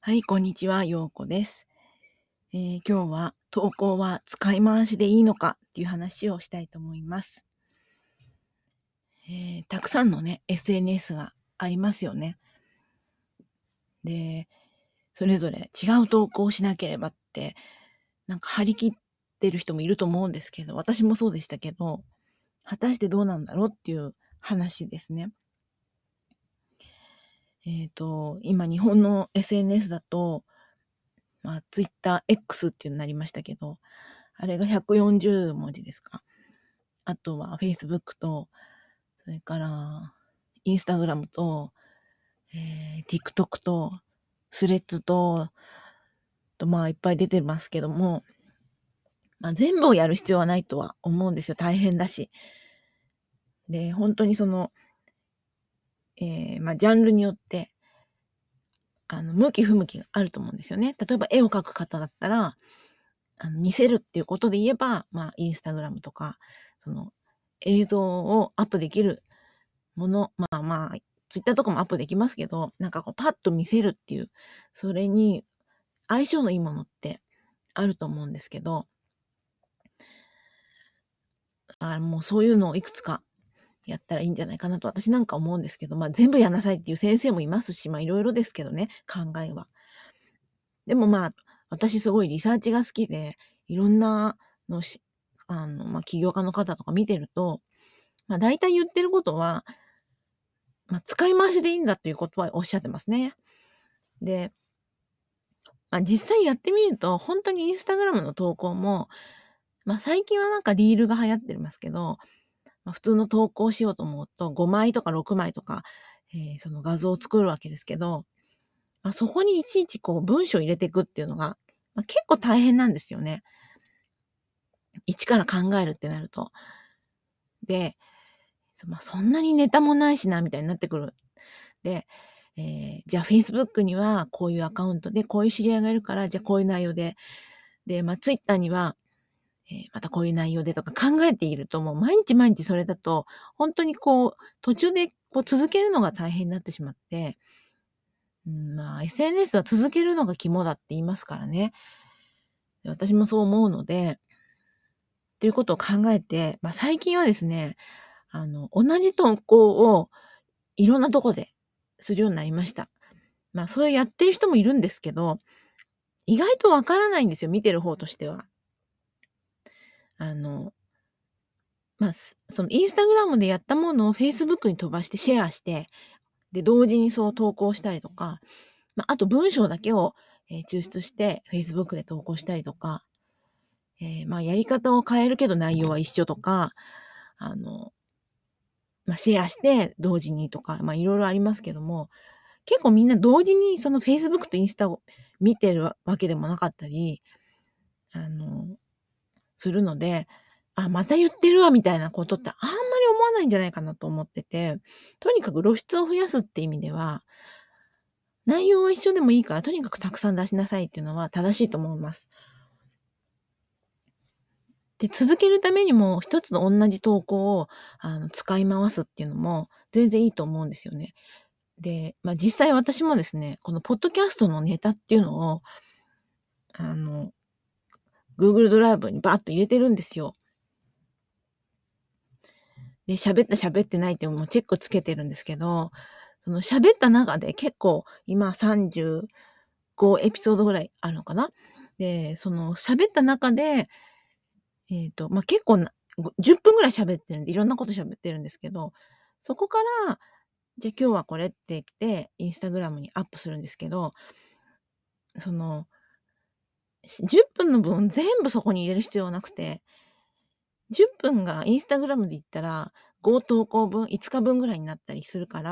はい、こんにちは、ようこです。今日は投稿は使い回しでいいのかっていう話をしたいと思います。たくさんのね、SNS がありますよね。で、それぞれ違う投稿をしなければって、なんか張り切ってる人もいると思うんですけど、私もそうでしたけど、果たしてどうなんだろうっていう話ですね。今日本の SNS だと、Twitter X っていうのになりましたけど、あれが140文字ですか。あとは Facebook と、それからInstagram と、TikTok と、スレッズと、いっぱい出てますけども、全部をやる必要はないとは思うんですよ。大変だし。で、本当にその、ジャンルによって、向き不向きがあると思うんですよね。例えば絵を描く方だったら、見せるっていうことで言えば、インスタグラムとか、その、映像をアップできるもの、ツイッターとかもアップできますけど、なんかこうパッと見せるっていう、それに相性のいいものってあると思うんですけど、もうそういうのをいくつかやったらいいんじゃないかなと私なんか思うんですけど、全部やんなさいっていう先生もいますし、いろいろですけどね、考えは。でも私すごいリサーチが好きで、いろんなのし、起業家の方とか見てると、大体言ってることは、使い回しでいいんだっていうことはおっしゃってますね。で、実際やってみると、本当にインスタグラムの投稿も、最近はなんかリールが流行ってますけど、普通の投稿しようと思うと5枚とか6枚とか、その画像を作るわけですけど、そこにいちいちこう文章を入れていくっていうのが、結構大変なんですよね。一から考えるってなると。で、そんなにネタもないしなみたいになってくる。で、じゃあ Facebook にはこういうアカウントでこういう知り合いがいるから、じゃあこういう内容で、で、Twitter にはまたこういう内容でとか考えていると、もう毎日毎日それだと、本当にこう、途中でこう続けるのが大変になってしまって、SNS は続けるのが肝だって言いますからね。私もそう思うので、ということを考えて、最近はですね、同じ投稿をいろんなとこでするようになりました。それやってる人もいるんですけど、意外とわからないんですよ、見てる方としては。あの、そのインスタグラムでやったものを Facebook に飛ばしてシェアして、で、同時にそう投稿したりとか、あと文章だけを、抽出して Facebook で投稿したりとか、やり方を変えるけど内容は一緒とか、あの、シェアして同時にとか、いろいろありますけども、結構みんな同時にその Facebook とインスタを見てるわけでもなかったり、あの、するので、また言ってるわみたいなことってあんまり思わないんじゃないかなと思ってて、とにかく露出を増やすって意味では、内容は一緒でもいいから、とにかくたくさん出しなさいっていうのは正しいと思います。で、続けるためにも一つの同じ投稿を使い回すっていうのも全然いいと思うんですよね。で、実際私もですね、このポッドキャストのネタっていうのを、あの、Google ドライブにバーッと入れてるんですよ。で、喋ってないっていうのもチェックつけてるんですけど、その喋った中で結構今35エピソードぐらいあるのかな。で、その喋った中で、結構10分ぐらい喋ってるんで、いろんなこと喋ってるんですけど、そこから、じゃあ今日はこれって言って、インスタグラムにアップするんですけど、その、10分の分全部そこに入れる必要はなくて、10分がインスタグラムで言ったら、5投稿分、5日分ぐらいになったりするから、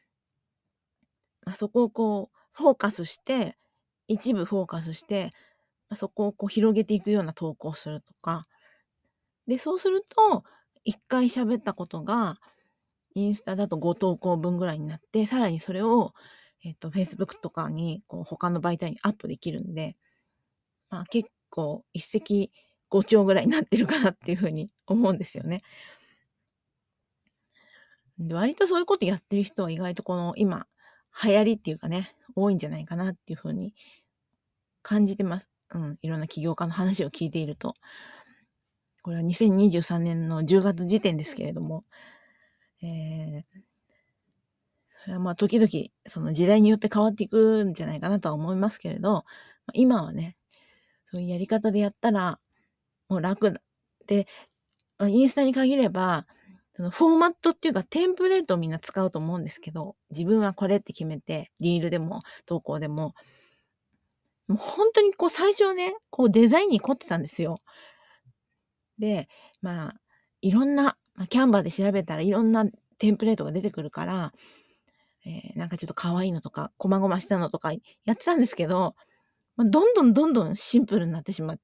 そこをこう、フォーカスして、一部フォーカスして、そこをこう広げていくような投稿をするとか。で、そうすると、1回喋ったことが、インスタだと5投稿分ぐらいになって、さらにそれを、Facebook とかに、こう、他の媒体にアップできるんで、結構一石五鳥ぐらいになってるかなっていうふうに思うんですよね。で、割とそういうことやってる人は意外とこの今、 流行りっていうかね、多いんじゃないかなっていう風に感じてます。いろんな起業家の話を聞いていると。これは2023年の10月時点ですけれども、ええ、それは時々その時代によって変わっていくんじゃないかなとは思いますけれど、今はね、そういうやり方でやったら、もう楽だ。で、インスタに限れば、そのフォーマットっていうかテンプレートをみんな使うと思うんですけど、自分はこれって決めて、リールでも投稿でも、もうほんとに最初はね、デザインに凝ってたんですよ。で、まあ、いろんな、キャンバーで調べたらいろんなテンプレートが出てくるから、なんかちょっと可愛いのとか、細々したのとかやってたんですけど、どんどんどんどんシンプルになってしまって、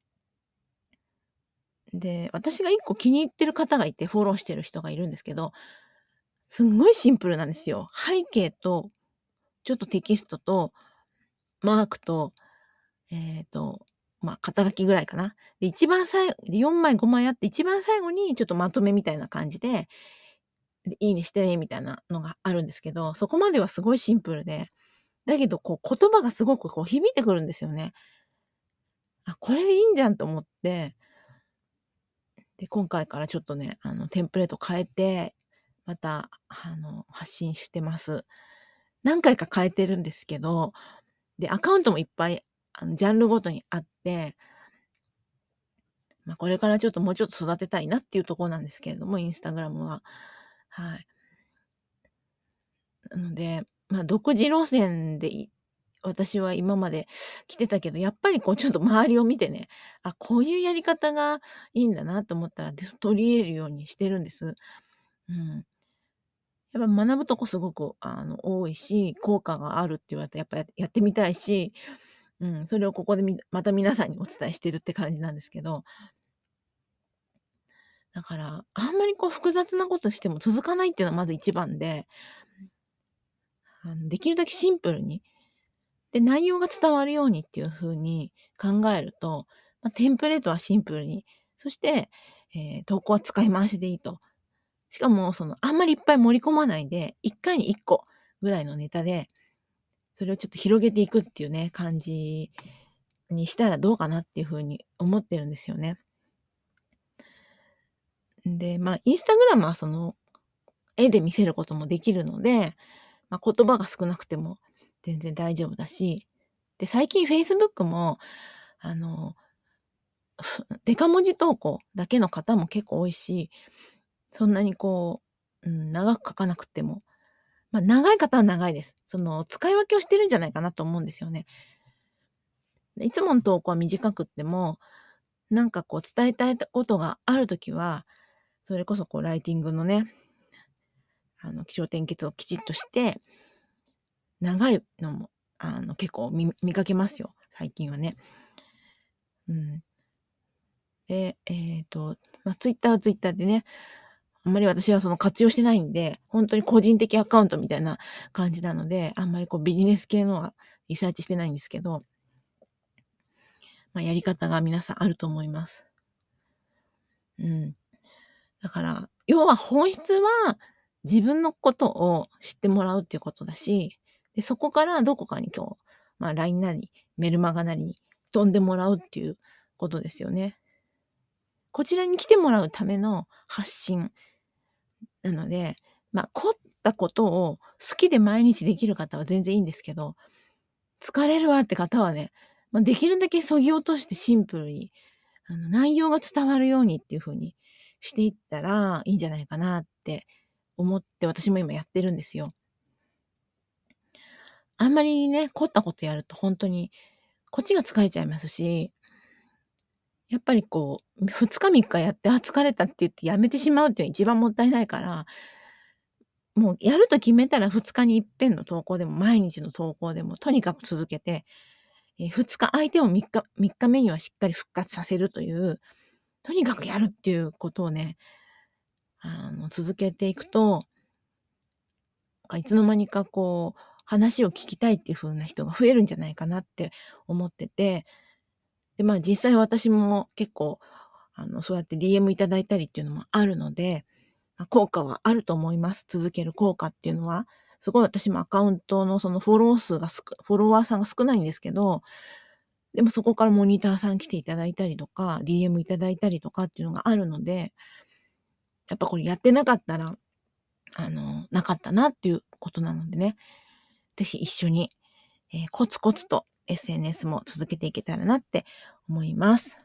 で、私が1個気に入ってる方がいて、フォローしてる人がいるんですけど、すんごいシンプルなんですよ。背景と、ちょっとテキストと、マークと、えっと、肩書きぐらいかな。で、一番4枚5枚あって、一番最後にちょっとまとめみたいな感じで、いいねしてねみたいなのがあるんですけど、そこまではすごいシンプルで、だけど言葉がすごく響いてくるんですよね。あ、これでいいんじゃんと思って、で、今回からちょっとね、テンプレート変えて、また、発信してます。何回か変えてるんですけど、で、アカウントもいっぱい、ジャンルごとにあって、これからちょっともうちょっと育てたいなっていうところなんですけれども、インスタグラムは。はい。なので、独自路線で私は今まで来てたけど、やっぱりちょっと周りを見てね、あ、こういうやり方がいいんだなと思ったら、取り入れるようにしてるんです。うん。やっぱ学ぶとこすごく、多いし、効果があるって言われたらやっぱやってみたいし、それをここでまた皆さんにお伝えしてるって感じなんですけど、だから、あんまり複雑なことしても続かないっていうのはまず一番で、できるだけシンプルに、で、内容が伝わるようにっていう風に考えると、テンプレートはシンプルに、そして、投稿は使い回しでいいと。しかも、あんまりいっぱい盛り込まないで、1回に1個ぐらいのネタで、それをちょっと広げていくっていうね、感じにしたらどうかなっていう風に思ってるんですよね。で、インスタグラムは絵で見せることもできるので、言葉が少なくても全然大丈夫だし、で、最近 Facebook も、あの、デカ文字投稿だけの方も結構多いし、そんなに長く書かなくても、長い方は長いです。使い分けをしてるんじゃないかなと思うんですよね。いつもの投稿は短くっても、なんか伝えたいことがあるときは、それこそライティングのね、起承転結をきちっとして、長いのも、結構見かけますよ、最近はね。うん。で、ツイッターはツイッターでね、あんまり私は活用してないんで、ほんとに個人的アカウントみたいな感じなので、あんまりビジネス系のはリサーチしてないんですけど、やり方が皆さんあると思います。うん。だから、要は本質は自分のことを知ってもらうっていうことだし、で、そこからどこかにLINE なり、メルマガなりに飛んでもらうっていうことですよね。こちらに来てもらうための発信なので、凝ったことを好きで毎日できる方は全然いいんですけど、疲れるわって方はね、できるだけ削ぎ落としてシンプルに、内容が伝わるようにっていう風にしていったらいいんじゃないかなって思って、私も今やってるんですよ。あんまりね、凝ったことやるとほんとに、こっちが疲れちゃいますし、やっぱり2日3日やって、あ、疲れたって言ってやめてしまうっていうのが一番もったいないから、もうやると決めたら2日に一遍の投稿でも毎日の投稿でもとにかく続けて、2日空いても3日目にはしっかり復活させるという、とにかくやるっていうことをね、続けていくと、いつの間にか話を聞きたいっていう風な人が増えるんじゃないかなって思ってて、で、実際私も結構、そうやって DM いただいたりっていうのもあるので、効果はあると思います。続ける効果っていうのは。 すごい私もアカウントのそのフォロワーさんが少ないんですけど、でもそこからモニターさん来ていただいたりとか、DM いただいたりとかっていうのがあるので、やっぱこれやってなかったら、なかったなっていうことなのでね、ぜひ一緒に、コツコツと SNS も続けていけたらなって思います。